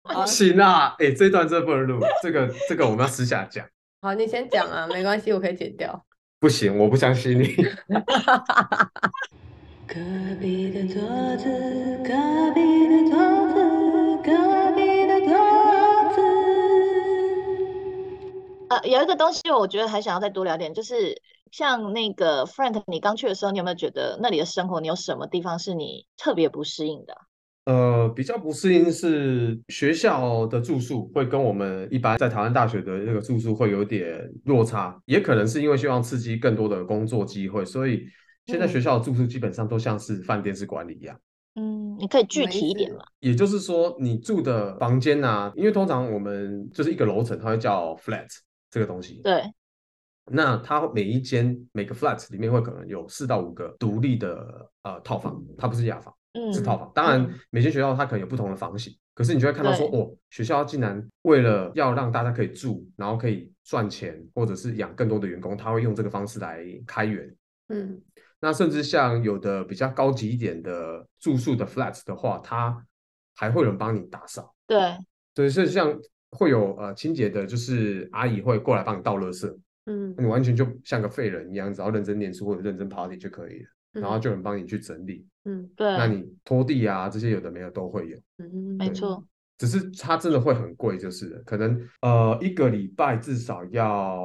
好， 行啊，这一段真的不能录，这个我们要私下讲。 好，你先讲啊，没关系，我可以剪掉。 不行，我不相信你。 隔壁的桌子，隔壁的桌子，隔壁的桌子。有一个东西我觉得还想要再多聊点，就是像那个 Frank，你刚去的时候，你有没有觉得那里的生活，你有什么地方是你特别不适应的啊？ 比较不适应是学校的住宿会跟我们一般在台湾大学的那个住宿会有点落差，也可能是因为希望刺激更多的工作机会，所以现在学嗯校的住宿基本上都像是饭店式管理一样。 嗯，你可以什具么意思？ 体一点吗？ 也就是说，你住的房间啊，因为通常我们就是一个楼层，它会叫 flat 这个东西。 对那它每一间每个 flat 里面会可能有4到5个独立的套房，它不是雅房，是套嗯房。当然， 嗯， 每间学校它可能有不同的房型，可是你就会看到说， 对， 哦，学校竟然为了要让大家可以住，然后可以赚钱，或者是养更多的员工，他会用这个方式来开源。 嗯， 那甚至像有的比较高级一点的住宿的 flat 的话，它还会有人帮你打扫。 对， 对，所以像会有清洁的，就是阿姨会过来帮你倒垃圾， 嗯， 你完全就像个废人一样，只要认真念书或者认真 party 就可以了，然后嗯， 就有人帮你去整理。 嗯， 那对， 你拖地啊这些有的没有都会有，对， 没错。 只是它真的会很贵，就是了可能一个礼拜至少要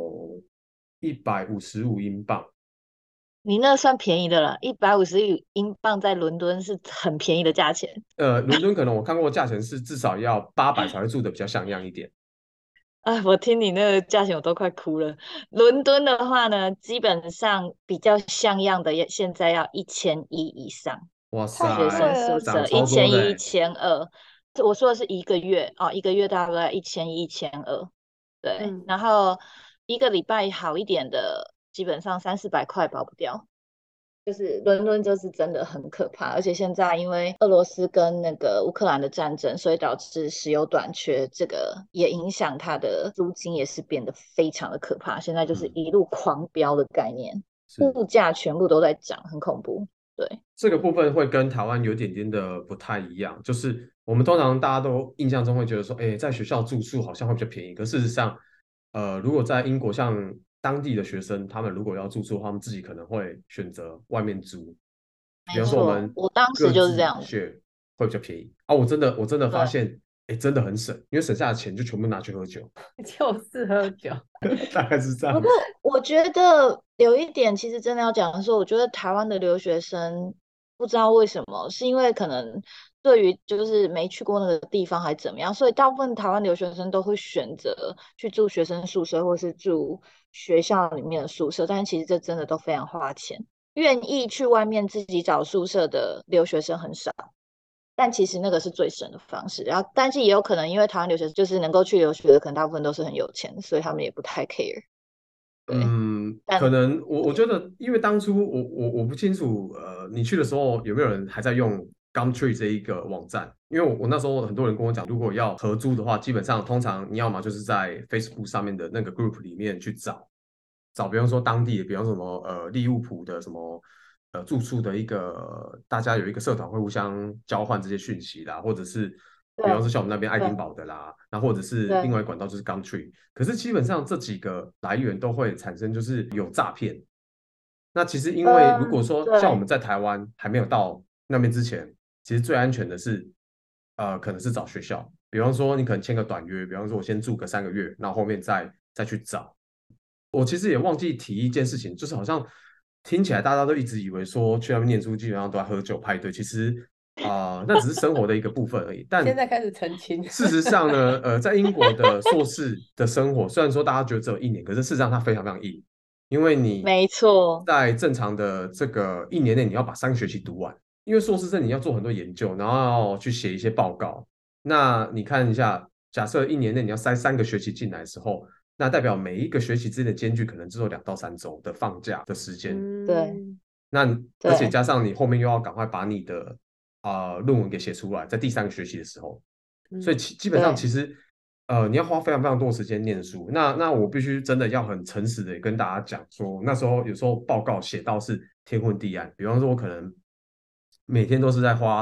155英镑。 你那算便宜的了，150英镑在伦敦是很便宜的价钱。 伦敦可能我看过价钱是至少要800才会住的比较像样一点。 啊，我听你那个价钱我都快哭了。伦敦的话呢，基本上比较像样的，也现在要1100以上， 哇太学生贵了。 宿舍一塞涨超多千一、一的欸。 千二。我说的是一个月哦，一个月大概1100、1200。对， 嗯， 然后一个礼拜好一点的，基本上300-400块跑不掉。就是伦敦就是真的很可怕，而且现在因为俄罗斯跟那个乌克兰的战争，所以导致石油短缺，这个也影响它的租金也是变得非常的可怕。现在就是嗯， 一路狂飙的概念， 是。 物价全部都在涨，很恐怖。对， 这个部分会跟台湾有点点的不太一样，就是我们通常大家都印象中会觉得说，在学校住宿好像会比较便宜，可事实上，如果在英国像当地的学生，他们如果要住宿的话，他们自己可能会选择外面租，比没错， 方说我们我当时就是这各自样子。 share 会比较便宜啊。我真的发对。 现，真的很省，因为省下的钱就全部拿去喝酒， 就是喝酒。 大概是这不过样子。 我觉得有一点，其实真的要讲的是，我觉得台湾的留学生不知道为什么，是因为可能对于就是没去过那个地方还怎么样，所以大部分台湾留学生都会选择去住学生宿舍或是住学校里面的宿舍，但是其实这真的都非常花钱，愿意去外面自己找宿舍的留学生很少。但其实那个是最省的方式，然后但是也有可能因为台湾留学生就是能够去留学的，可能大部分都是很有钱，所以他们也不太 care。对， 嗯，可但能我觉得，因为当初我不清楚，你去的时候有没有人还在用 Gumtree 这一个网站？因为我那时候很多人跟我讲，如果要合租的话，基本上通常你要么就是在 Facebook 上面的那个 group 里面去找，比方说当地的，比方说什么利物浦的什么住宿的一个，大家有一个社团会互相交换这些讯息啦，或者是比方说对像我们那边爱丁对堡的啦，那或者是另对， 外一管道就是 Gumtree。可是基本上这几个来源都会产生就是有诈骗。那其实因为如果说像我对， 们在台湾还没有到那边之前，其实最安全的是可能是找学校，比方说你可能签个短约，比方说我先住个3个月，然后后面再去找。我其实也忘记提一件事情，就是好像听起来大家都一直以为说去那边念书基本上都在喝酒派对，其实那只是生活的一个部分而已。但现在开始澄清。 事实上呢，在英国的硕士的生活，虽然说大家觉得只有1年，可是事实上它非常非常硬，因为你没错， 在正常的这个1年内，你要把3个学期读完，因为硕士生你要做很多研究，然后要去写一些报告。那你看一下，假设1年内你要塞3个学期进来的时候，那代表每一个学期之间的间距可能只有2到3周的放假的时间。 对嗯， 那而且对加上你后面又要赶快把你的论文给写出来，在第3个学期的时候，所以嗯， 基本上对， 其实你要花非常非常多的时间念书。那我必须真的要很诚实的跟大家讲说，那时候有时候报告写到是天昏地暗，比方说我可能每天都是在花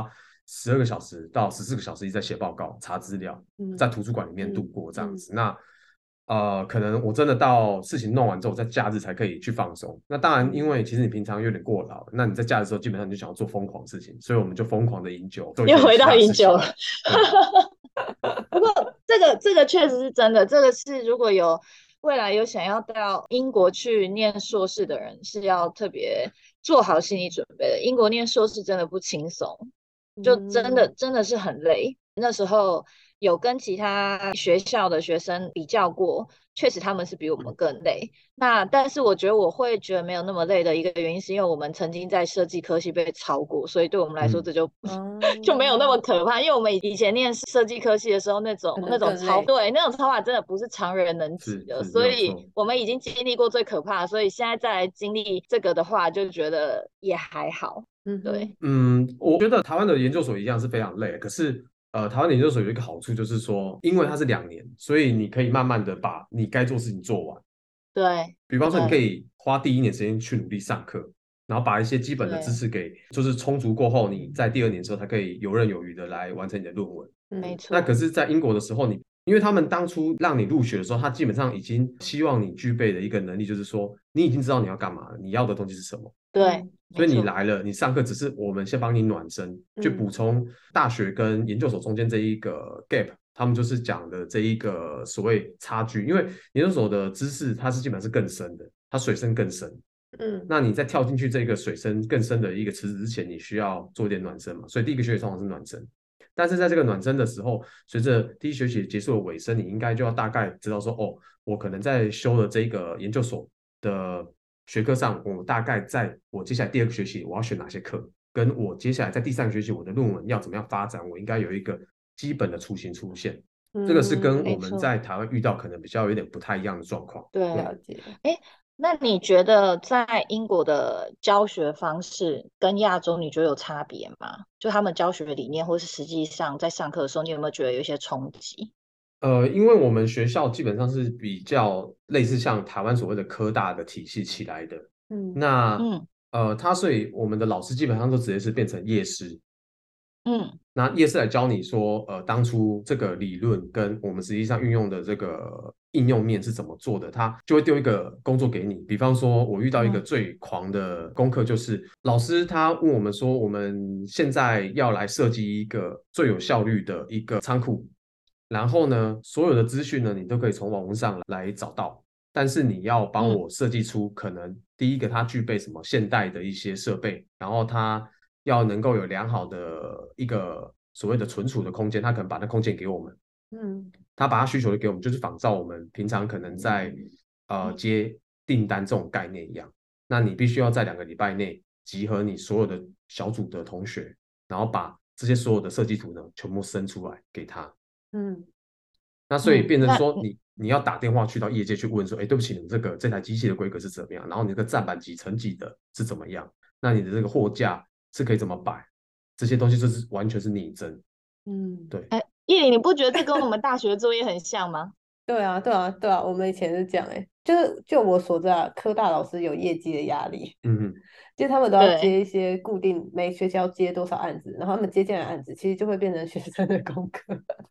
12个小时到14个小时一直在写报告、查资料，在图书馆里面度过这样子。那可能我真的到事情弄完之后，在假日才可以去放松。那当然，因为其实你平常有点过劳，那你在假日的时候基本上你就想要做疯狂的事情，所以我们就疯狂的饮酒，做一些又回到其他的事情。 饮酒了。不过这个确实是真的，这个是如果未来有想要到英国去念硕士的人，是要特别做好心理准备的。英国念硕士真的不轻松，就真的是很累。那时候有跟其他学校的学生比较过，确实他们是比我们更累。但是我觉得我会觉得没有那么累的一个原因，是因为我们曾经在设计科系被超过，所以对我们来说这就、就没有那么可怕。因为我们以前念设计科系的时候，那种超法真的不是常人能及的，所以我们已经经历过最可怕，所以现在再来经历这个的话，就觉得也还好。对， 我觉得台湾的研究所一样是非常累，可是台湾的研究所有一个好处就是说，因为它是2年，所以你可以慢慢的把你该做的事情做完。 对， 比方说你可以花第1年时间去努力上课，然后把一些基本的知识就是充足过后，你在第2年之后才可以游刃有余的来完成你的论文。 没错。 那可是在英国的时候，因为他们当初让你入学的时候，他基本上已经希望你具备的一个能力就是说，你已经知道你要干嘛了，你要的东西是什么。 对， 所以你来了，你上课只是我们先帮你暖身，去补充大学跟研究所中间这一个 gap，他们就是讲的这一个所谓差距。因为研究所的知识它是基本上是更深的，它水深更深。那你在跳进去这个水深更深的一个池子之前，你需要做一点暖身嘛，所以第1个学期通常是暖身。但是在这个暖身的时候，随着第1学期结束的尾声，你应该就要大概知道说，我可能在修的这个研究所的学科上，我大概在我接下来第2个学期我要选哪些课，跟我接下来在第3个学期我的论文要怎么样发展，我应该有一个基本的雏形出现。这个是跟我们在台湾遇到可能比较有点不太一样的状况。 对，了解。那你觉得在英国的教学方式跟亚洲你觉得有差别吗？就他们教学理念或是实际上在上课的时候，你有没有觉得有一些冲击？ 因为我们学校基本上是比较类似像台湾所谓的科大的体系起来的。所以我们的老师基本上都直接是变成业师。那业师来教你说，当初这个理论跟我们实际上运用的这个应用面是怎么做的，他就会丢一个工作给你。比方说，我遇到一个最狂的功课，就是老师他问我们说，我们现在要来设计一个最有效率的一个仓库，然后呢，所有的资讯呢，你都可以从网络上来找到，但是你要帮我设计出可能第一个它具备什么现代的一些设备，然后它要能够有良好的一个所谓的存储的空间，他可能把那空间给我们，他把他需求的给我们，就是仿照我们平常可能在接订单这种概念一样。那你必须要在2个礼拜内集合你所有的小组的同学，然后把这些所有的设计图呢全部生出来给他。那所以变成说你要打电话去到业界去问说，对不起，你们这台机器的规格是怎么样？然后你这个站板几层几的是怎么样？那你的这个货架是可以怎么摆？这些东西就是完全是拟真。对。 叶玲，你不觉得这跟我们大学作业很像吗？ 对啊，我们以前是这样就我所知啊，科大老师有业绩的压力，就他们都要接一些固定每学期要接多少案子，然后他们接进来的案子其实就会变成学生的功课。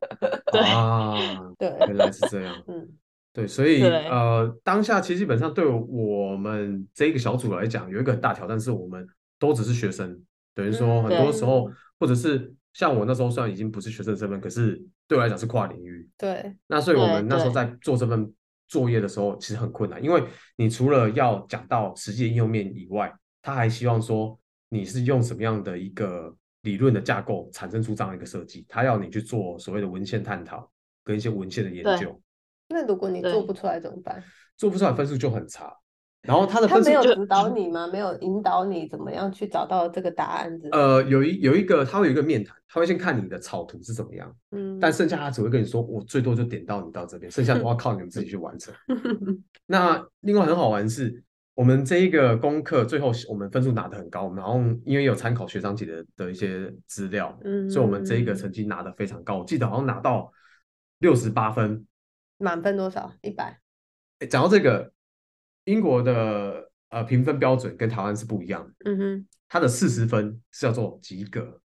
对， 原来是这样。对，所以当下其实基本上对我们这个小组来讲，有一个很大挑战是我们都只是学生，等于说很多时候或者是像我那时候虽然已经不是学生身份，可是对我来讲是跨领域。 对， 那所以我们那时候在做这份作业的时候，其实很困难，因为你除了要讲到实际的应用面以外，他还希望说你是用什么样的一个理论的架构产生出这样一个设计，他要你去做所谓的文献探讨跟一些文献的研究。 那如果你做不出来怎么办？ 做不出来分数就很差。然后他的分数他没有指导你吗？没有引导你怎么样去找到这个答案？ 有一个他会有一个面谈，他会先看你的草图是怎么样，但剩下他只会跟你说，我最多就点到你到这边，剩下的要靠你们自己去完成。那另外很好玩是，我们这一个功课最后我们分数拿得很高，然后因为有参考学长姐的一些资料，所以我们这一个成绩拿得非常高，我记得好像拿到68分。 满分多少？100。 讲到这个，英国的评分标准跟台湾是不一样的。它的40分是叫做及格，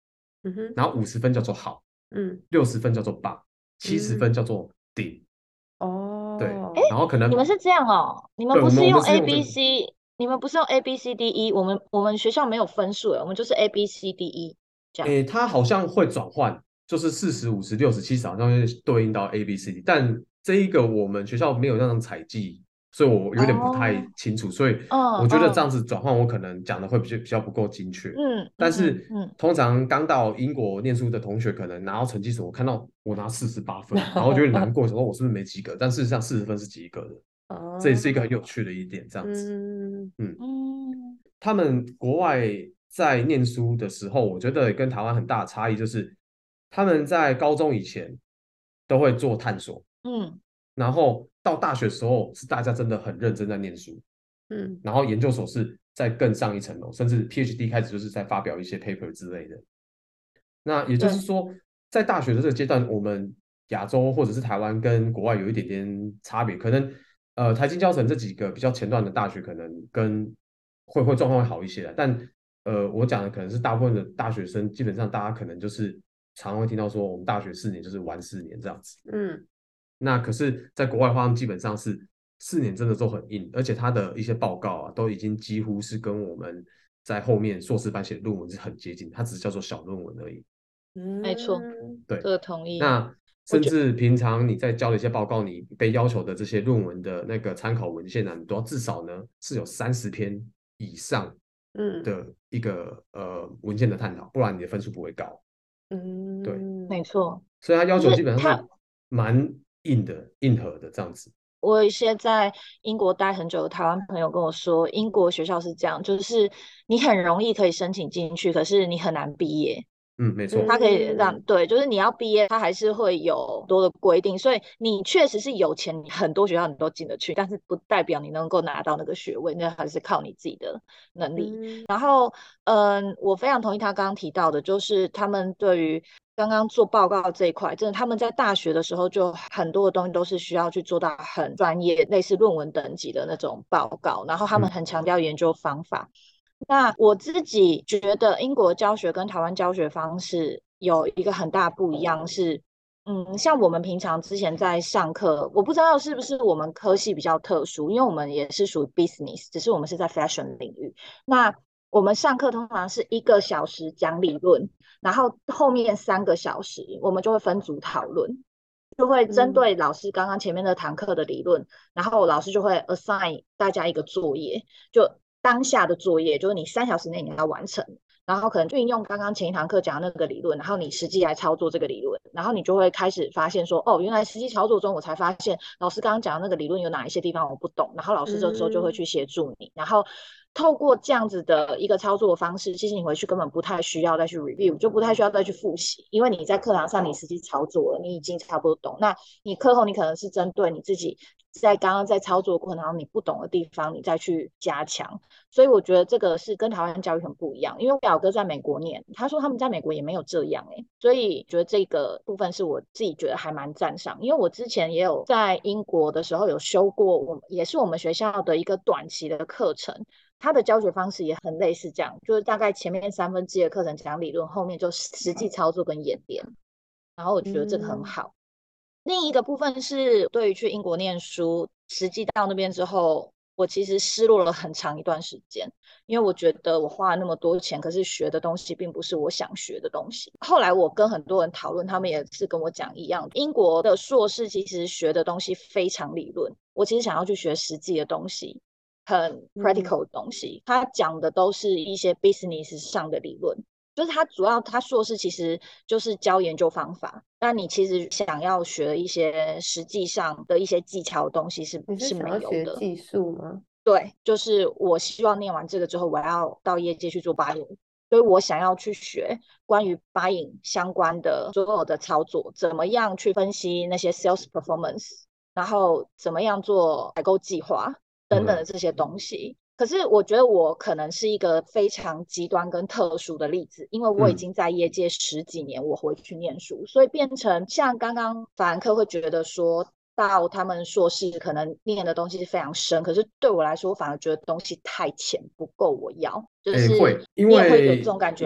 然后50分叫做好，60分叫做棒，70分叫做顶。对，然后可能你们是这样哦，你们对， 不是用我们是 A 用这 B 个， C，你们不是用 A B C D E，我们学校没有分数诶，我们就是 A B C D E 这样。 它好像会转换，就是40、50、60、70好像会对应到 A、B、C、D，但这一个我们学校没有那种采集，所以我有点不太哦， 清楚，所以嗯我觉得这样嗯子转换我可能讲的会比较不够精确。 嗯但是嗯嗯， 通常刚到英国念书的同学，可能拿到成绩时，我看到我拿48分，然后就有点难过，想说我是不是没及格？但事实上40分是及格的，这也是一个很有趣的一点，这样子。嗯， 嗯他们国外在念书的时候，我觉得跟台湾很大的差异就是，他们在高中以前都会做探索， 嗯， 然后到大学的时候是大家真的很认真在念书，然后研究所是在更上一层楼，甚至 PhD 开始就是在发表一些 paper 之类的。那也就是对， 说，在大学的这个阶段，我们亚洲或者是台湾跟国外有一点点差别，可能台清交成这几个比较前段的大学，可能跟会状况会好一些的，但我讲的可能是大部分的大学生，基本上大家可能就是常会听到说，我们大学4年就是玩4年这样子。那可是，在国外的话，他们基本上是4年真的都很硬，而且他的一些报告啊，都已经几乎是跟我们在后面硕士班写的论文是很接近，它只是叫做小论文而已。 没错， 对， 这个同意。 那甚至平常你在交的一些报告，你被要求的这些论文的那个参考文献呢，你都要至少呢是有30篇以上的一个文献的探讨，不然你的分数不会高。对， 没错， 所以他要就求基本上是是他蛮硬的、硬核的这样子。 我有一些在英国待很久的台湾朋友跟我说，英国学校是这样，就是你很容易可以申请进去，可是你很难毕业。 没错。 它可以让对，就是你要毕业，它还是会有多的规定，所以你确实是有钱，很多学校你都进得去，但是不代表你能够拿到那个学位，那还是靠你自己的能力。然后，我非常同意他刚刚提到的，就是他们对于刚刚做报告这一块，真的他们在大学的时候就很多的东西都是需要去做到很专业，类似论文等级的那种报告，然后他们很强调研究方法。那我自己觉得英国教学跟台湾教学方式有一个很大不一样是，像我们平常之前在上课，我不知道是不是我们科系比较特殊，因为我们也是属于 business，只是我们是在 fashion 领域。那我们上课通常是1个小时讲理论，然后后面3个小时我们就会分组讨论，就会针对老师刚刚前面那堂课的理论，然后老师就会 assign 大家一个作业，就当下的作业，就是你3小时内你要完成，然后可能运用刚刚前一堂课讲的那个理论，然后你实际来操作这个理论，然后你就会开始发现说，哦，原来实际操作中我才发现老师刚刚讲的那个理论有哪一些地方我不懂，然后老师这个时候就会去协助你，然后透过这样子的一个操作方式，其实你回去根本不太需要再去 review， 就不太需要再去复习，因为你在课堂上你实际操作了，你已经差不多懂。那你课后你可能是针对你自己在刚刚在操作过程中你不懂的地方，你再去加强。所以我觉得这个是跟台湾教育很不一样，因为我表哥在美国念，他说他们在美国也没有这样所以觉得这个部分是我自己觉得还蛮赞赏，因为我之前也有在英国的时候有修过，也是我们学校的一个短期的课程。他的教学方式也很类似这样，就是大概前面1/3的课程讲理论，后面就实际操作跟演练。然后我觉得这个很好。另一个部分是对于去英国念书，实际到那边之后，我其实失落了很长一段时间，因为我觉得我花了那么多钱，可是学的东西并不是我想学的东西。后来我跟很多人讨论，他们也是跟我讲一样，英国的硕士其实学的东西非常理论，我其实想要去学实际的东西。很 practical 的东西，他讲的都是一些 business 上的理论，就是他主要他硕士其实就是教研究方法，但你其实想要学一些实际上的一些技巧的东西是你是想要没有的。 学技术吗？ 对，就是我希望念完这个之后，我要到业界去做buying，所以我想要去学关于 buying 相关的所有的操作，怎么样去分析那些 sales performance，然后怎么样做采购计划等等的这些东西。可是我觉得我可能是一个非常极端跟特殊的例子，因为我已经在业界10几年，我回去念书，所以变成像刚刚法兰克会觉得说到他们硕士可能念的东西是非常深，可是对我来说，我反而觉得东西太浅，不够我要。就是会，因你也会有这为种感觉吗？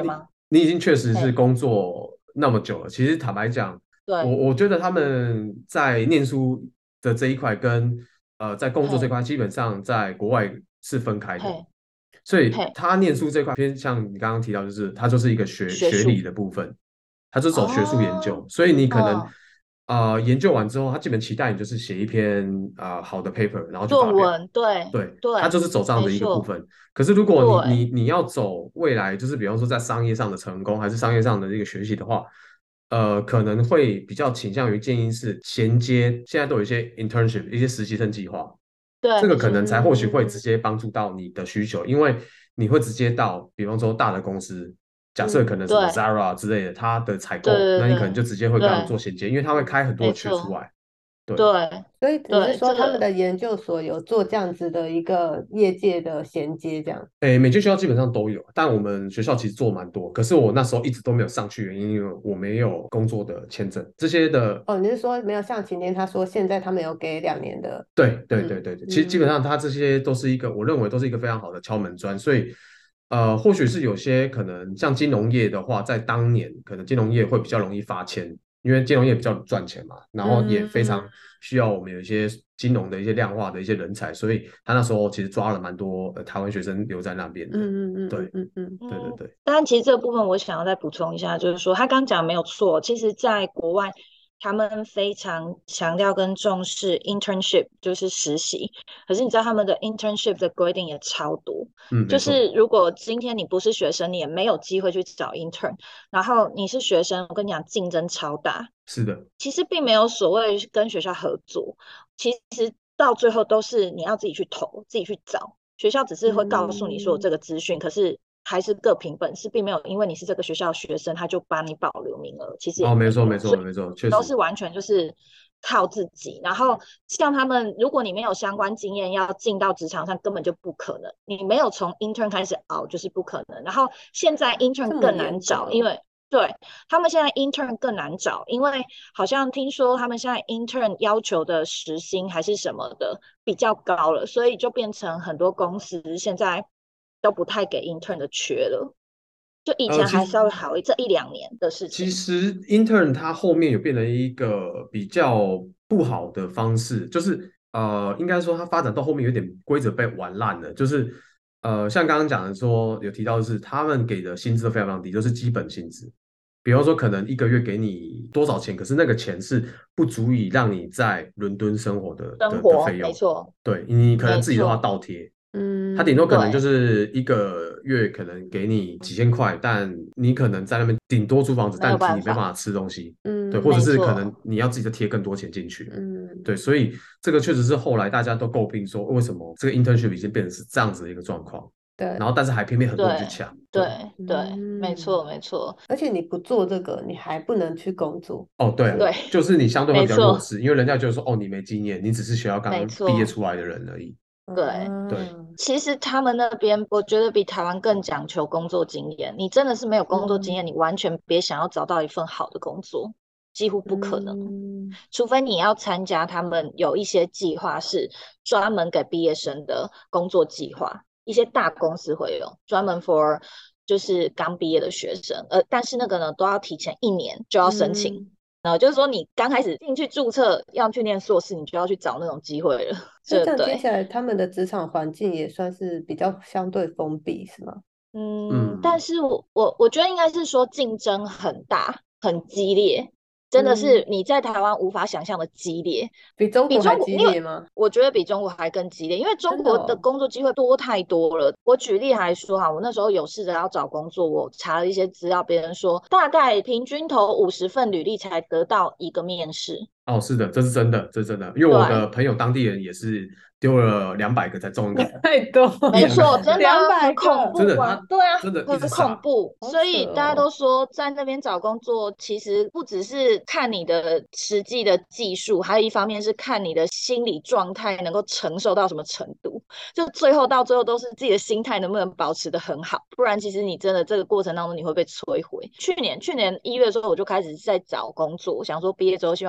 你已经确实是工作那么久了。其实坦白讲，我觉得他们在念书的这一块跟在工作这块，基本上在国外是分开的。所以他念书这块偏像你刚刚提到，就是他就是一个学理的部分，他就走学术研究。所以你可能研究完之后，他基本期待你就是写一篇好的 paper， 然后去发表。对，他就是走这样的一个部分。可是如果你要走未来，就是比方说在商业上的成功，还是商业上的这个学习的话，可能会比较倾向于建议是衔接，现在都有一些 internship 一些实习生计划。这个可能才或许会直接帮助到你的需求，因为你会直接到，比方说大的公司，假设可能什么 Zara 之类的，它的采购，那你可能就直接会跟他们做衔接，因为他会开很多的缺出来。对， 所以只是说他们的研究所有做这样子的一个业界的衔接，这样。 每间学校基本上都有，但我们学校其实做蛮多。可是我那时候一直都没有上去，原因因为我没有工作的签证这些的。 你是说没有像晴天他说现在他们有给2年的？ 对，其实基本上他这些都是一个，我认为都是一个非常好的敲门砖。所以或许是有些可能像金融业的话，在当年可能金融业会比较容易发签。因为金融业比较赚钱嘛，然后也非常需要我们有一些金融的一些量化的一些人才，所以他那时候其实抓了蛮多台湾学生留在那边的。对。 当然，其实这个部分我想要再补充一下，就是说他刚讲没有错，其实在国外他们非常强调跟重视 internship， 就是实习。可是你知道他们的 internship 的规定也超多，就是如果今天你不是学生，你也没有机会去找 intern， 然后你是学生，我跟你讲竞争超大。 是的， 其实并没有所谓跟学校合作，其实到最后都是你要自己去投，自己去找。学校只是会告诉你说这个资讯，可是还是各凭本事，并没有因为你是这个学校的学生，他就帮你保留名额。其实也没错，确实都是完全就是靠自己。然后像他们，如果你没有相关经验，要进到职场上根本就不可能。你没有从 intern 开始熬，就是不可能。然后现在 intern 更难找，因为对他们现在 intern 更难找，因为好像听说他们现在 intern 要求的时薪还是什么的比较高了，所以就变成很多公司现在都不太给 intern 的缺了。就以前还稍微好这1-2年的事情。 其实 intern 它后面有变成一个比较不好的方式，就是应该说它发展到后面有点规则被玩烂了，就是像刚刚讲的说有提到的是他们给的薪资都非常非常低，就是基本薪资。比方说可能1个月给你多少钱，可是那个钱是不足以让你在伦敦生活的费用。 没错， 对，你可能自己的话倒贴。他顶多可能就是1个月可能给你几千块，但你可能在那边顶多租房子，但你没办法吃东西。对，或者是可能你要自己再贴更多钱进去。对，所以这个确实是后来大家都诟病说，为什么这个 internship 已经变成是这样子的一个状况。 对， 然后但是还偏偏很多人去抢。 对，没错。 而且你不做这个，你还不能去工作。 对，就是你相对会比较弱势，因为人家就说你没经验，你只是学校刚毕业出来的人而已。 对，其实他们那边我觉得比台湾更讲求工作经验。你真的是没有工作经验，你完全别想要找到一份好的工作，几乎不可能。除非你要参加他们有一些计划是专门给毕业生的工作计划，一些大公司会有专门 for 就是刚毕业的学生，但是那个呢都要提前1年就要申请。就是说你刚开始进去注册要去念硕士，你就要去找那种机会了。 所以这样听起来，他们的职场环境也算是比较相对封闭，是吗？ 但是我觉得应该是说竞争很大，很激烈。真的是你在台湾无法想象的激烈， 比中国还激烈吗？ 我觉得比中国还更激烈，因为中国的工作机会多太多了。我举例来说哈，我那时候有试着要找工作，我查了一些资料，别人说大概平均投50份履历才得到1个面试。 是的，这是真的，因为我的朋友当地人也是丢了200个才中一个， 太多， 没错，真的 200 个恐怖， 真的， 对啊， 真的很恐怖。所以大家都说在那边找工作，其实不只是看你的实际的技术，还有一方面是看你的心理状态能够承受到什么程度。就到最后都是自己的心态能不能保持得很好，不然其实你真的这个过程当中你会被摧毁。去年1月的时候我就开始在找工作，想说毕业之后希望可以无缝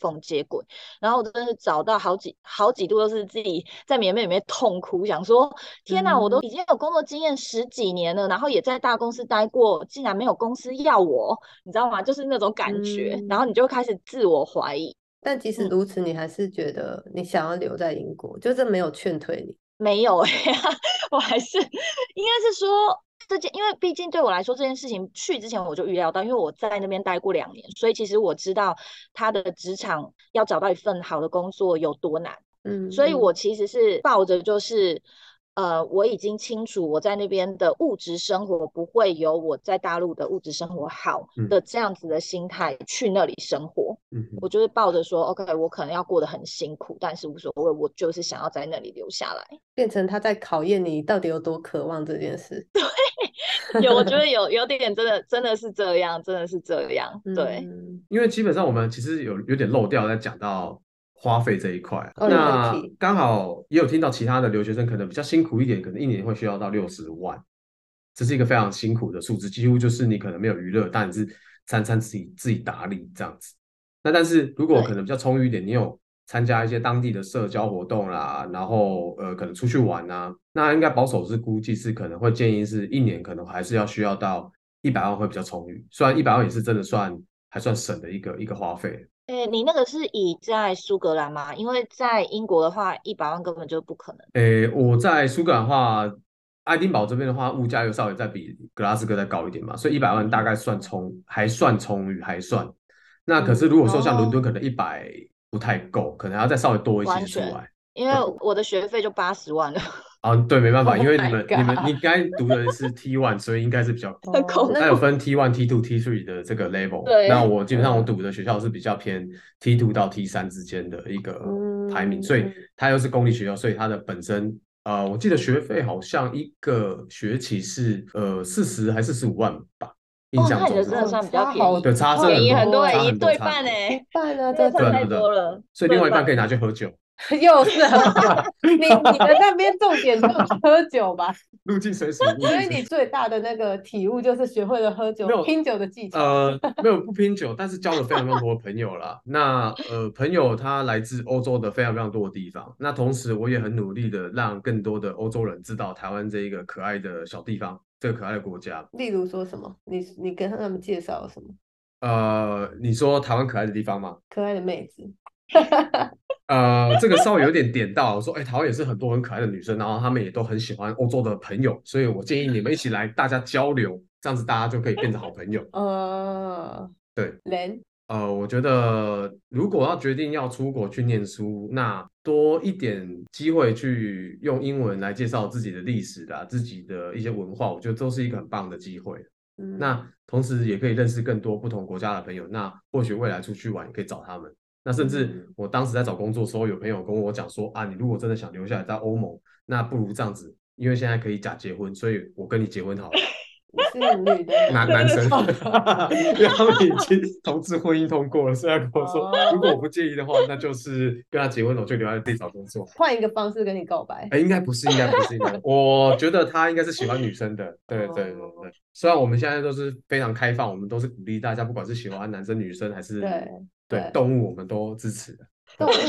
缝接轨。然后我真的是找到好几度都是自己在棉被里面痛哭，想说天哪，我都已经有工作经验10几年了，然后也在大公司待过，竟然没有公司要我，你知道吗？就是那种感觉，然后你就开始自我怀疑。 但即使如此，你还是觉得你想要留在英国，就这没有劝退你？ 没有我还是应该是说因为毕竟对我来说这件事情去之前我就预料到，因为我在那边待过2年，所以其实我知道他的职场要找到一份好的工作有多难。所以我其实是抱着就是我已经清楚我在那边的物质生活不会有我在大陆的物质生活好的这样子的心态去那里生活。我就是抱着说 OK 我可能要过得很辛苦，但是无所谓，我就是想要在那里留下来。 变成他在考验你到底有多渴望这件事。 对，我觉得有点真的是这样，真的是这样。对， 因为基本上我们其实有点漏掉在讲到花费这一块，那刚好也有听到其他的留学生可能比较辛苦一点，可能1年会需要到60万，这是一个非常辛苦的数字，几乎就是你可能没有娱乐，但你是餐自己打理这样子。那但是如果可能比较充裕一点，你有参加一些当地的社交活动啦，然后可能出去玩啊，那应该保守是估计是可能会建议是1年可能还是要需要到100万会比较充裕，虽然100万也是真的还算省的一个花费。 你那个是以在苏格兰吗？因为在英国的话100万根本就不可能。 我在苏格兰的话，爱丁堡这边的话，物价又稍微再比格拉斯哥再高一点嘛，所以100万大概还算充裕，还算。那可是如果说像伦敦，可能100不太够，可能要再稍微多一些出来。 因为我的学费就80万了。 对，没办法，因为你刚才读的是 T1，所以应该是比较高。它有分 T1、T2、T3 的这个 level。那我基本上我读的学校是比较偏 T2 到 T3 之间的一个排名，所以它又是公立学校，所以它的本身我记得学费好像一个学期是40还是45万吧。印象中真的算比较便宜， 对，差便宜很多一对半一半啊， 这差太多了。 所以另外一半可以拿去喝酒。 又是喝酒，你的那边重点就是喝酒吧？ 入境随俗。 所以你最大的那个体悟就是学会了喝酒拼酒的技巧。 没有不拼酒，但是交了非常非常多的朋友啦。那朋友他来自欧洲的非常非常多的地方。那同时我也很努力的让更多的欧洲人知道台湾这一个可爱的小地方，这个可爱的国家。 例如说什么？你跟他们介绍了什么？ 你说台湾可爱的地方吗？ 可爱的妹子。 这个稍微有点点到，我说，台湾也是很多很可爱的女生，然后她们也都很喜欢欧洲的朋友，所以我建议你们一起来，大家交流，这样子大家就可以变成好朋友。对。我觉得如果要决定要出国去念书，那多一点机会去用英文来介绍自己的历史啦，自己的一些文化，我觉得都是一个很棒的机会。那同时也可以认识更多不同国家的朋友，那或许未来出去玩也可以找他们。那甚至我当时在找工作的时候，有朋友跟我讲说你如果真的想留下来在欧盟，那不如这样子，因为现在可以假结婚，所以我跟你结婚好了。 你是女的男生，因为他们已经同志婚姻通过了，所以他跟我说，如果我不介意的话，那就是跟他结婚了，我就留在这里找工作。 换一个方式跟你告白？ 应该不是。我觉得他应该是喜欢女生的。对。虽然我们现在都是非常开放，我们都是鼓励大家，不管是喜欢男生女生还是对动物，我们都支持的。 动物，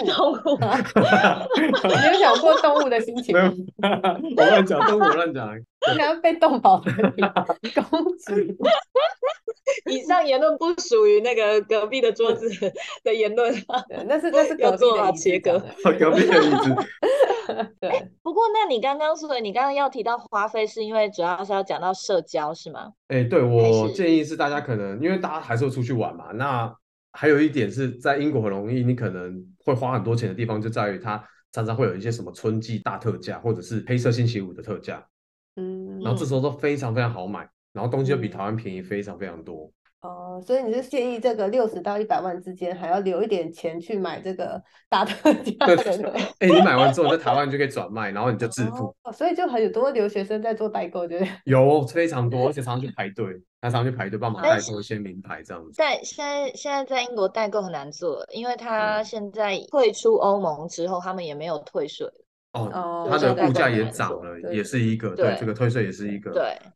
你有想过动物的心情？ 没有，我乱讲，动物我乱讲。 你刚刚被动保的攻击。 以上言论不属于那个隔壁的桌子的言论。 那是隔壁的切割。 隔壁的椅子。 对。 不过，那你刚刚说的，你刚刚要提到花费，是因为主要是要讲到社交，是吗？ 对，我建议是大家可能因为大家还是会出去玩嘛，那还有一点是在英国很容易，你可能会花很多钱的地方就在于它常常会有一些什么春季大特价，或者是黑色星期五的特价。然后这时候都非常非常好买，然后东西又比台湾便宜非常非常多。 所以你是建议这个60到100万之间还要留一点钱去买这个大特价的？ 你买完之后在台湾就可以转卖，然后你就致富。 所以就很多留学生在做代购，对不对？ 有非常多，而且常常去排队，常常去排队帮忙代购一些名牌这样子。 现在在英国代购很难做，因为他现在退出欧盟之后，他们也没有退税。 它的物价也涨了，也是一个对这个退税也是一个。 对。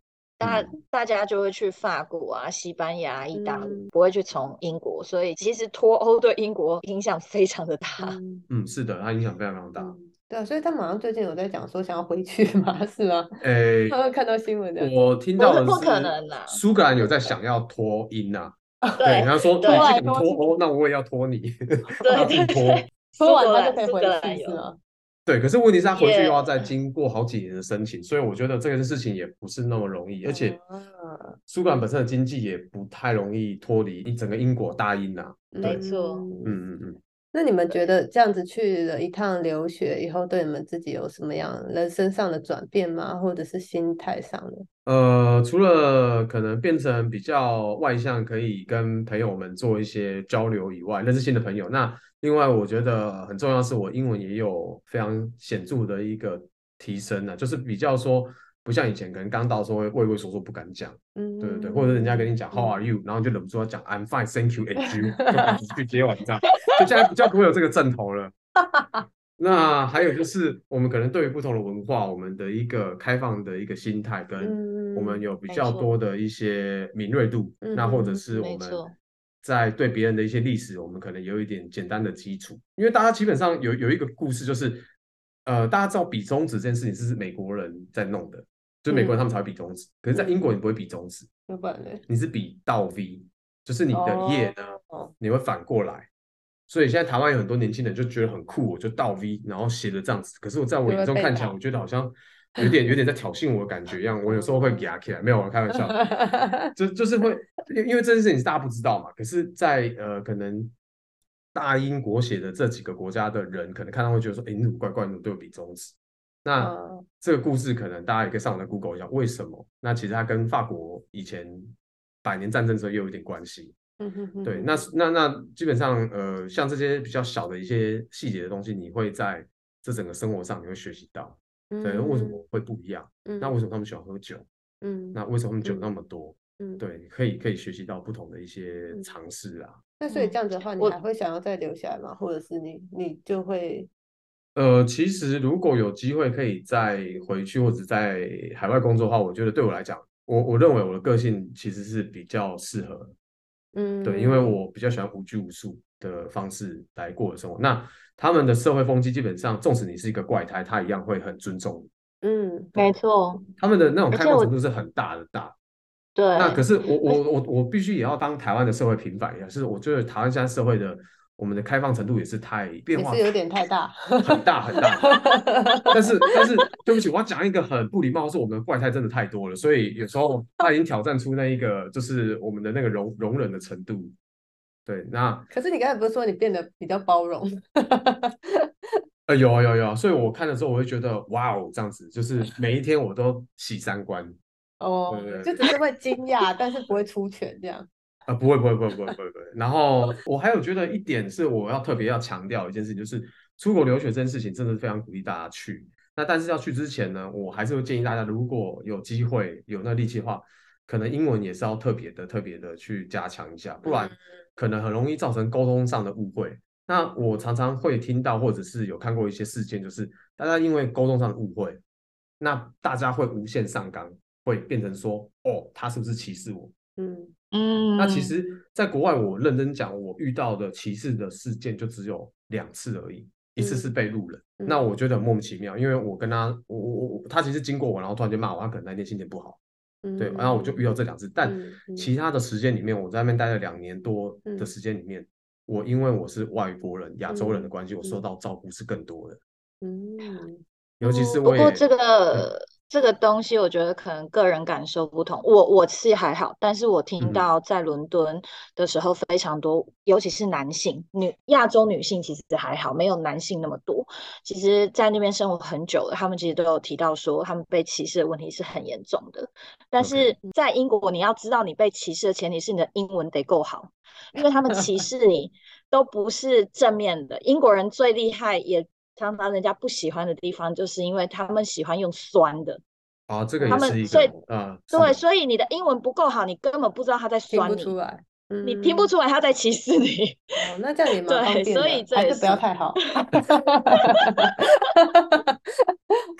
大家就会去法国啊、西班牙、意大利，不会去从英国，所以其实脱欧对英国影响非常的大。 是的，它影响非常非常大。 对啊，所以他们好像最近有在讲说想要回去吗？是吗？他们看到新闻的， 我听到的是不可能啦， 苏格兰有在想要脱英啊。 对， 他说你既然脱欧，那我也要脱你， 对， 脱完他就可以回去，是吗？ 对，可是问题是他回去又要再经过好几年的申请，所以我觉得这个事情也不是那么容易，而且苏格兰本身的经济也不太容易脱离整个英国大英啊。 没错， 那你们觉得这样子去了一趟留学以后，对你们自己有什么样人生上的转变吗？或者是心态上的？ 除了可能变成比较外向，可以跟朋友们做一些交流以外，认识新的朋友。那另外我觉得很重要的是，我英文也有非常显著的一个提升啊，就是比较说不像以前可能刚到的时候会畏畏缩缩不敢讲，对对对，或者人家跟你讲 How are you， 然后你就忍不住要讲 I'm fine, thank you, and you， 就把几句接完这样，就现在比较不会有这个阵头了。那还有就是我们可能对于不同的文化，我们的一个开放的一个心态，跟我们有比较多的一些敏锐度，那或者是我们在对别人的一些历史，我们可能有一点简单的基础。因为大家基本上有一个故事，就是大家知道比中指这件事情是美国人在弄的，就是美国人他们才会比中指，可是在英国你不会比中指，你是比倒 V， 就是你的页呢，你会反过来。所以现在台湾有很多年轻人就觉得很酷，我就倒 V， 然后写的这样子。可是我在我眼中看起来，我觉得好像有点在挑衅我的感觉一样。我有时候会压起来，没有，我开玩笑，就是会，因为这件事情是大家不知道嘛。可是在，可能大英国写的这几个国家的人，可能看到会觉得说，你怎么怪怪，你怎么对我比中指？那这个故事可能大家也可以上网的 Google 一下，为什么？那其实它跟法国以前100年战争之后也有一点关系。对，那基本上，像这些比较小的一些细节的东西，你会在这整个生活上你会学习到，对，为什么会不一样？那为什么他们喜欢喝酒？那为什么他们酒那么多？对，可以学习到不同的一些尝试啊。 那所以这样子的话，你还会想要再留下来吗？或者是你就会？ 其实如果有机会可以再回去或者在海外工作的话，我觉得对我来讲，我认为我的个性其实是比较适合。对，因为我比较喜欢无拘无束的方式来过的生活。那他们的社会风气基本上，纵使你是一个怪胎，他一样会很尊重你。没错。 他们的那种开放程度是很大的大。 对。 那可是我必须也要当台湾的社会平反一下，就是我觉得台湾现在社会的我们的开放程度也是变化， 也是有点太大， 很大很大。但是对不起，我要讲一个很不礼貌，是我们的怪胎真的太多了，所以有时候他已经挑战出那一个就是我们的那个容忍的程度。对，那可是你刚才不是说你变得比较包容？ 有啊，所以我看的时候我会觉得哇哦，这样子就是每一天我都洗3观。 就只是会惊讶，但是不会出拳这样。 不会。然后我还有觉得一点是我要特别要强调一件事情，就是出国留学这件事情真的是非常鼓励大家去。那但是要去之前呢，我还是会建议大家，如果有机会有那力气的话，可能英文也是要特别的去加强一下，不然可能很容易造成沟通上的误会。那我常常会听到或者是有看过一些事件，就是大家因为沟通上的误会，那大家会无限上纲，会变成说，他是不是歧视我？那其实，在国外，我认真讲，我遇到的歧视的事件就只有2次而已，一次是被路人，那我觉得很莫名其妙，因为我跟他，他其实经过我，然后突然间骂我，他可能那天心情不好，对，然后我就遇到这2次，但其他的时间里面，我在那边待了2年多的时间里面，我因为我是外国人、亚洲人的关系，我受到照顾是更多的，尤其是不过这个东西，我觉得可能个人感受不同。我是还好，但是我听到在伦敦的时候非常多，尤其是男性、亚洲女性其实还好，没有男性那么多。其实，在那边生活很久了，他们其实都有提到说，他们被歧视的问题是很严重的。但是在英国，你要知道你被歧视的前提是你的英文得够好，因为他们歧视你都不是正面的。英国人最厉害也。常常人家不喜欢的地方，就是因为他们喜欢用酸的。 这个也是一个对，所以你的英文不够好，你根本不知道他在酸你， 听不出来， 你听不出来他在歧视你。 那这样也蛮方便的， 所以还是不要太好。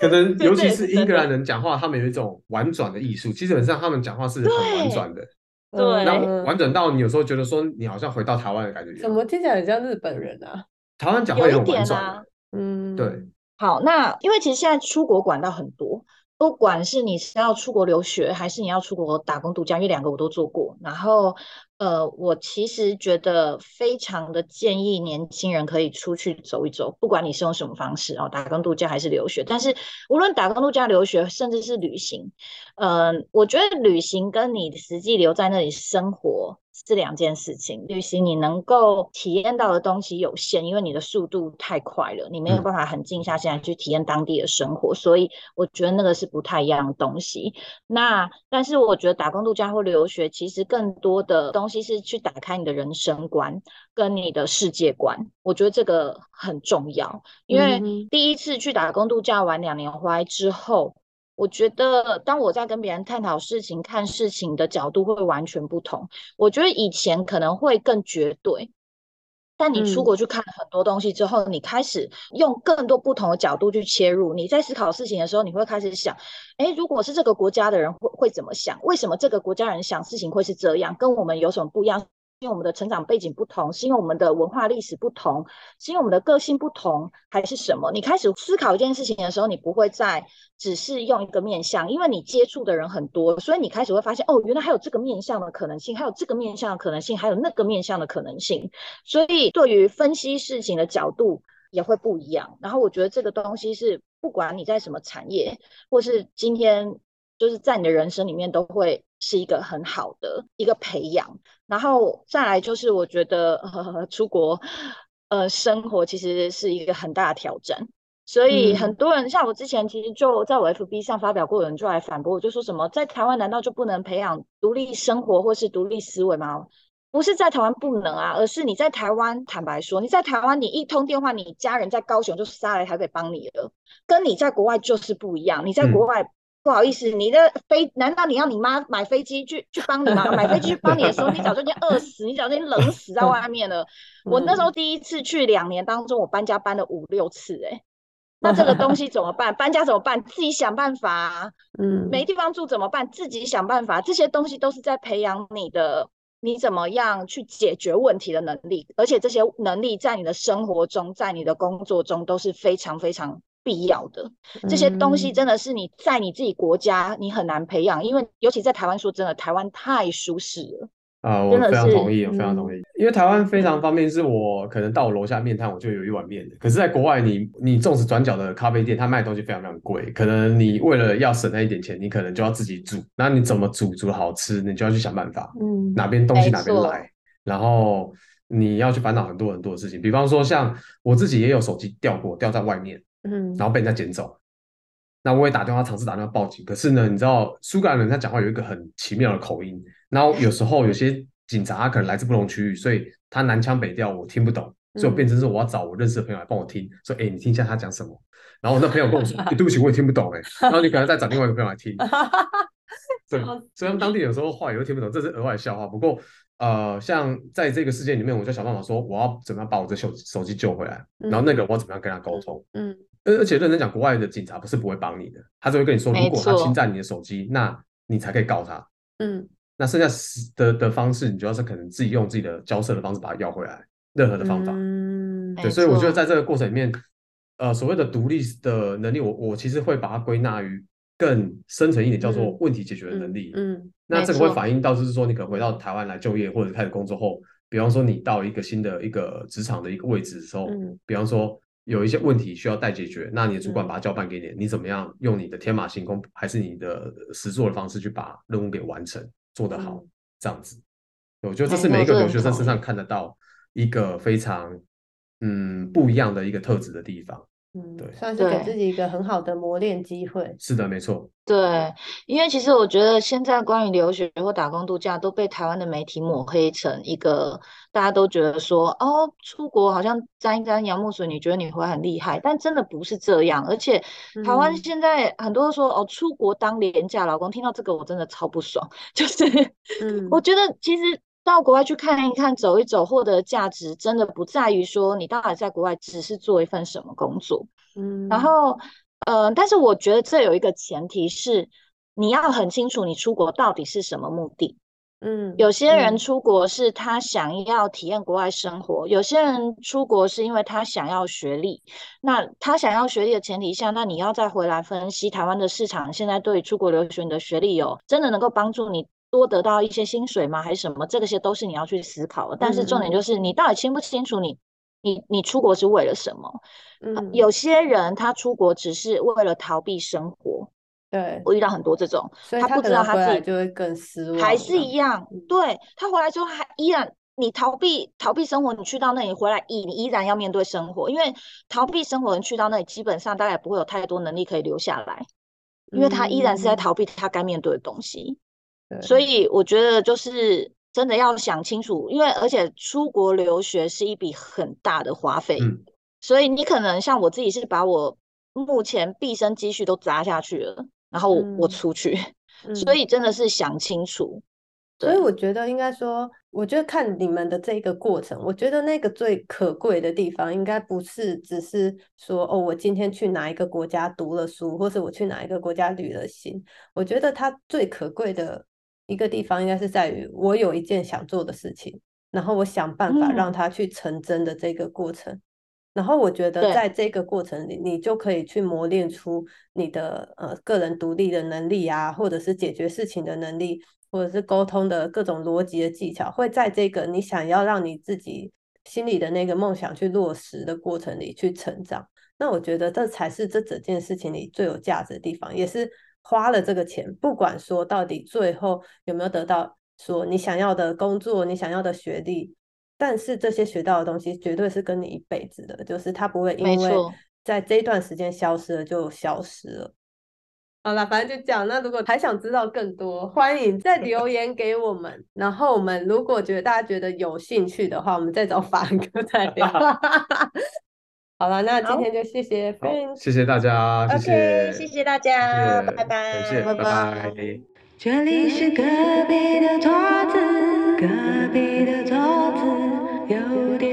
可能尤其是英格兰人讲话，他们有一种婉转的艺术，基本上他们讲话是很婉转的。 对， 那婉转到你有时候觉得说你好像回到台湾的感觉。 怎么听起来很像日本人啊？ 台湾讲话也很婉转啊。对。 好，那因为其实现在出国管道很多，不管是你是要出国留学，还是你要出国打工度假，因为两个我都做过。然后，我其实觉得非常的建议年轻人可以出去走一走，不管你是用什么方式哦，打工度假还是留学。但是无论打工度假、留学，甚至是旅行，我觉得旅行跟你实际留在那里生活是两件事情。旅行你能够体验到的东西有限，因为你的速度太快了，你没有办法很静下心来去体验当地的生活，所以我觉得那个是不太一样的东西。但是我觉得打工度假或留学，其实更多的东西是去打开你的人生观跟你的世界观，我觉得这个很重要。因为第一次去打工度假玩2年回来之后，我觉得当我在跟别人探讨事情、看事情的角度会完全不同。我觉得以前可能会更绝对，但你出国去看很多东西之后，你开始用更多不同的角度去切入。你在思考事情的时候，你会开始想，如果是这个国家的人会怎么想？为什么这个国家人想事情会是这样？跟我们有什么不一样？因为我们的成长背景不同，是因为我们的文化历史不同，是因为我们的个性不同，还是什么？你开始思考一件事情的时候，你不会再只是用一个面向，因为你接触的人很多，所以你开始会发现，哦，原来还有这个面向的可能性，还有这个面向的可能性，还有那个面向的可能性。所以对于分析事情的角度也会不一样。然后我觉得这个东西是不管你在什么产业，或是今天就是在你的人生里面都会是一个很好的一个培养。然后再来就是我觉得出国生活其实是一个很大的挑战。所以很多人像我之前其实就在我 FB 上发表过，有人就来反驳我，就说什么在台湾难道就不能培养独立生活或是独立思维吗？不是在台湾不能啊，而是你在台湾，坦白说，你在台湾，你一通电话，你家人在高雄就杀来台北帮你了，跟你在国外就是不一样。你在国外，不好意思，难道你要你妈买飞机去帮你吗？买飞机去帮你的时候，你早就已经饿死，你早就已经冷死在外面了。我那时候第一次去2年当中，我搬家搬了5、6次，那这个东西怎么办？搬家怎么办？自己想办法啊。没地方住怎么办？自己想办法。这些东西都是在培养你怎么样去解决问题的能力，而且这些能力在你的生活中，在你的工作中都是非常非常必要的。这些东西真的是你在你自己国家你很难培养，因为尤其在台湾，说真的，台湾太舒适了。 我非常同意，我非常同意。因为台湾非常方便，是我可能到我楼下面摊，我就有一碗面的。可是，在国外你纵使转角的咖啡店，它卖的东西非常非常贵，可能你为了要省那一点钱，你可能就要自己煮。那你怎么煮的好吃，你就要去想办法，哪边东西哪边来，然后你要去烦恼很多很多的事情。比方说，像我自己也有手机掉在外面，然后被人家捡走。那我也尝试打电话报警，可是呢，你知道苏格兰人他讲话有一个很奇妙的口音，然后有时候有些警察他可能来自不同区域，所以他南腔北调我听不懂，所以我变成是我要找我认识的朋友来帮我听，说你听一下他讲什么，然后我那朋友跟我说，对不起我也听不懂然后你可能再找另外一个朋友来听，对，所以他们当地有时候话也会听不懂，这是额外的笑话。不过像在这个事件里面，我就想办法说我要怎么样把我的手机救回来，然后那个我要怎么样跟他沟通，而且认真讲，国外的警察不是不会帮你的，他只会跟你说，如果他侵占你的手机，那你才可以告他。那剩下的方式，你就要是可能自己用自己的交涉的方式把它要回来，任何的方法。对，所以我觉得在这个过程里面，所谓的独立的能力，我其实会把它归纳于更深层一点，叫做问题解决的能力。那这个会反映到就是说，你可能回到台湾来就业或者开始工作后，比方说你到一个新的一个职场的一个位置的时候，比方说有一些问题需要待解决，那你的主管把它交办给你，你怎么样用你的天马行空还是你的实作的方式去把任务给完成，做得好，这样子。我觉得这是每一个留学生身上看得到一个非常不一样的一个特质的地方。对， 算是给自己一个很好的磨练机会。 是的，没错。 对，因为其实我觉得现在关于留学或打工度假都被台湾的媒体抹黑成一个大家都觉得说出国好像沾一沾洋墨水，你觉得你会很厉害，但真的不是这样。而且台湾现在很多说出国当廉价劳工，听到这个我真的超不爽。就是我觉得其实到国外去看一看、走一走，获得价值真的不在于说你到底在国外只是做一份什么工作。然后但是我觉得这有一个前提是，你要很清楚你出国到底是什么目的。有些人出国是他想要体验国外生活，有些人出国是因为他想要学历。那他想要学历的前提下，那你要再回来分析台湾的市场现在对于出国留学你的学历有真的能够帮助你多得到一些薪水吗？还是什么？这些都是你要去思考的。但是重点就是你到底清不清楚你出国是为了什么？有些人他出国只是为了逃避生活。 对， 我遇到很多这种， 所以他不知道他自己就会更失望， 还是一样。对，他回来之后还依然，你逃避生活，你去到那里回来你依然要面对生活，因为逃避生活人去到那里基本上大概不会有太多能力可以留下来，因为他依然是在逃避他该面对的东西。所以我觉得就是真的要想清楚，因为而且出国留学是一笔很大的花费，所以你可能像我自己是把我目前毕生积蓄都砸下去了，然后我出去，所以真的是想清楚。 所以我觉得应该说，我觉得看你们的这个过程，我觉得那个最可贵的地方，应该不是只是说哦，我今天去哪一个国家读了书，或是我去哪一个国家旅了行。我觉得它最可贵的一个地方，应该是在于我有一件想做的事情，然后我想办法让它去成真的这个过程。然后我觉得在这个过程里，你就可以去磨练出你的个人独立的能力啊，或者是解决事情的能力，或者是沟通的各种逻辑的技巧，会在这个你想要让你自己心里的那个梦想去落实的过程里去成长。那我觉得这才是这整件事情里最有价值的地方，也是花了这个钱，不管说到底最后有没有得到说你想要的工作，你想要的学历。但是这些学到的东西绝对是跟你一辈子的，就是它不会因为在这一段时间消失了就消失了。好了，反正就这样。那如果还想知道更多，欢迎再留言给我们。然后我们如果大家觉得有兴趣的话，我们再找法兰哥再聊。好了，那今天就谢谢 Frank， 谢谢大家，谢谢， 谢谢大家，拜拜， 感谢，拜拜。 这里是隔壁的桌子，隔壁的桌子有点。